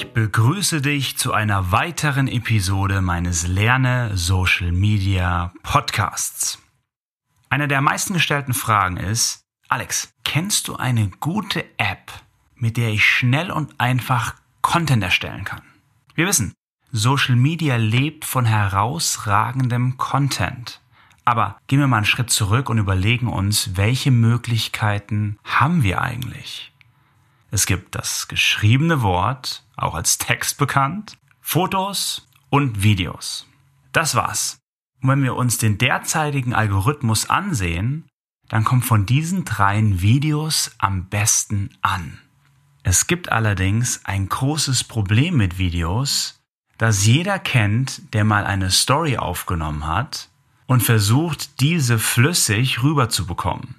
Ich begrüße dich zu einer weiteren Episode meines Lerne Social Media Podcasts. Eine der meisten gestellten Fragen ist: Alex, kennst du eine gute App, mit der ich schnell und einfach Content erstellen kann? Wir wissen, Social Media lebt von herausragendem Content. Aber gehen wir mal einen Schritt zurück und überlegen uns, welche Möglichkeiten haben wir eigentlich? Es gibt das geschriebene Wort, auch als Text bekannt, Fotos und Videos. Das war's. Und wenn wir uns den derzeitigen Algorithmus ansehen, dann kommt von diesen dreien Videos am besten an. Es gibt allerdings ein großes Problem mit Videos, das jeder kennt, der mal eine Story aufgenommen hat und versucht, diese flüssig rüberzubekommen.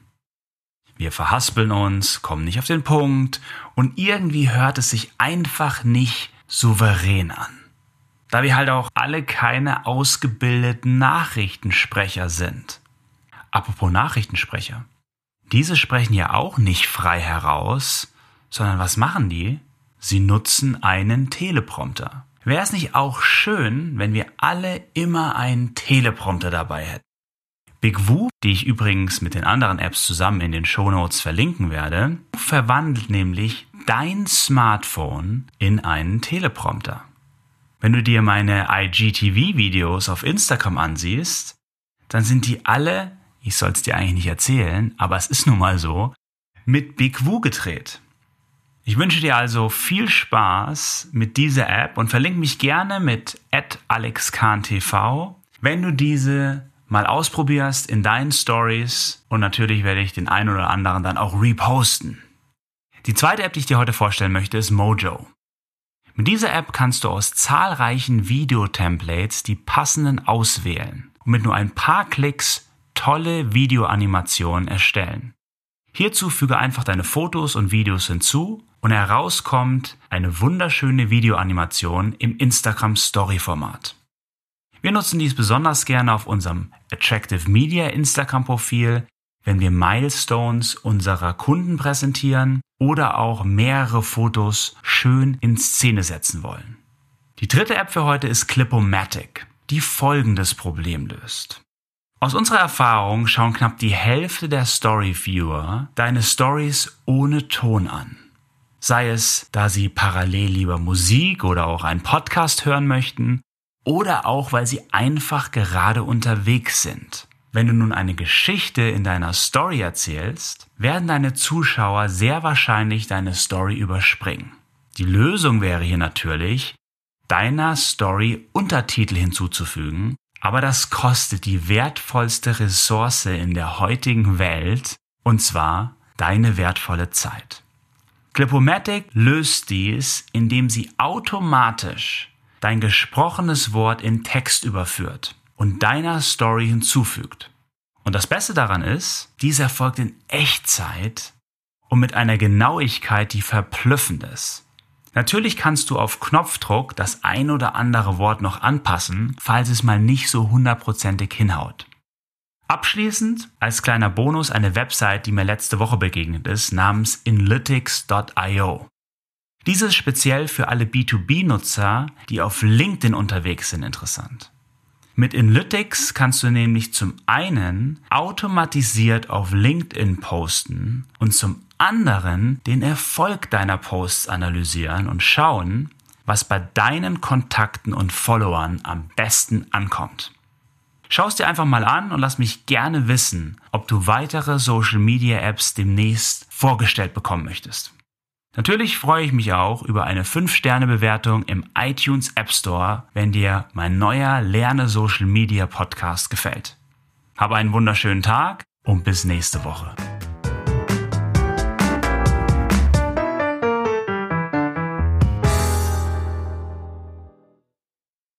Wir verhaspeln uns, kommen nicht auf den Punkt und irgendwie hört es sich einfach nicht souverän an. Da wir halt auch alle keine ausgebildeten Nachrichtensprecher sind. Apropos Nachrichtensprecher. Diese sprechen ja auch nicht frei heraus, sondern was machen die? Sie nutzen einen Teleprompter. Wäre es nicht auch schön, wenn wir alle immer einen Teleprompter dabei hätten? BigWoo, die ich übrigens mit den anderen Apps zusammen in den Shownotes verlinken werde, verwandelt nämlich dein Smartphone in einen Teleprompter. Wenn du dir meine IGTV-Videos auf Instagram ansiehst, dann sind die alle, ich soll es dir eigentlich nicht erzählen, aber es ist nun mal so, mit BigWoo gedreht. Ich wünsche dir also viel Spaß mit dieser App und verlinke mich gerne mit @alexkahntv, wenn du diese mal ausprobierst in deinen Stories, und natürlich werde ich den einen oder anderen dann auch reposten. Die zweite App, die ich dir heute vorstellen möchte, ist Mojo. Mit dieser App kannst du aus zahlreichen Videotemplates die passenden auswählen und mit nur ein paar Klicks tolle Videoanimationen erstellen. Hierzu füge einfach deine Fotos und Videos hinzu und herauskommt eine wunderschöne Videoanimation im Instagram Story Format. Wir nutzen dies besonders gerne auf unserem Attractive Media Instagram-Profil, wenn wir Milestones unserer Kunden präsentieren oder auch mehrere Fotos schön in Szene setzen wollen. Die dritte App für heute ist Clipomatic, die folgendes Problem löst. Aus unserer Erfahrung schauen knapp die Hälfte der Story-Viewer deine Stories ohne Ton an. Sei es, da sie parallel lieber Musik oder auch einen Podcast hören möchten, oder auch, weil sie einfach gerade unterwegs sind. Wenn du nun eine Geschichte in deiner Story erzählst, werden deine Zuschauer sehr wahrscheinlich deine Story überspringen. Die Lösung wäre hier natürlich, deiner Story Untertitel hinzuzufügen, aber das kostet die wertvollste Ressource in der heutigen Welt, und zwar deine wertvolle Zeit. Clipomatic löst dies, indem sie automatisch dein gesprochenes Wort in Text überführt und deiner Story hinzufügt. Und das Beste daran ist, dies erfolgt in Echtzeit und mit einer Genauigkeit, die verblüffend ist. Natürlich kannst du auf Knopfdruck das ein oder andere Wort noch anpassen, falls es mal nicht so 100%ig hinhaut. Abschließend als kleiner Bonus eine Website, die mir letzte Woche begegnet ist, namens inlytics.io. Diese ist speziell für alle B2B-Nutzer, die auf LinkedIn unterwegs sind, interessant. Mit Inlytics kannst du nämlich zum einen automatisiert auf LinkedIn posten und zum anderen den Erfolg deiner Posts analysieren und schauen, was bei deinen Kontakten und Followern am besten ankommt. Schau es dir einfach mal an und lass mich gerne wissen, ob du weitere Social-Media-Apps demnächst vorgestellt bekommen möchtest. Natürlich freue ich mich auch über eine 5-Sterne-Bewertung im iTunes App Store, wenn dir mein neuer Lerne Social Media Podcast gefällt. Habe einen wunderschönen Tag und bis nächste Woche.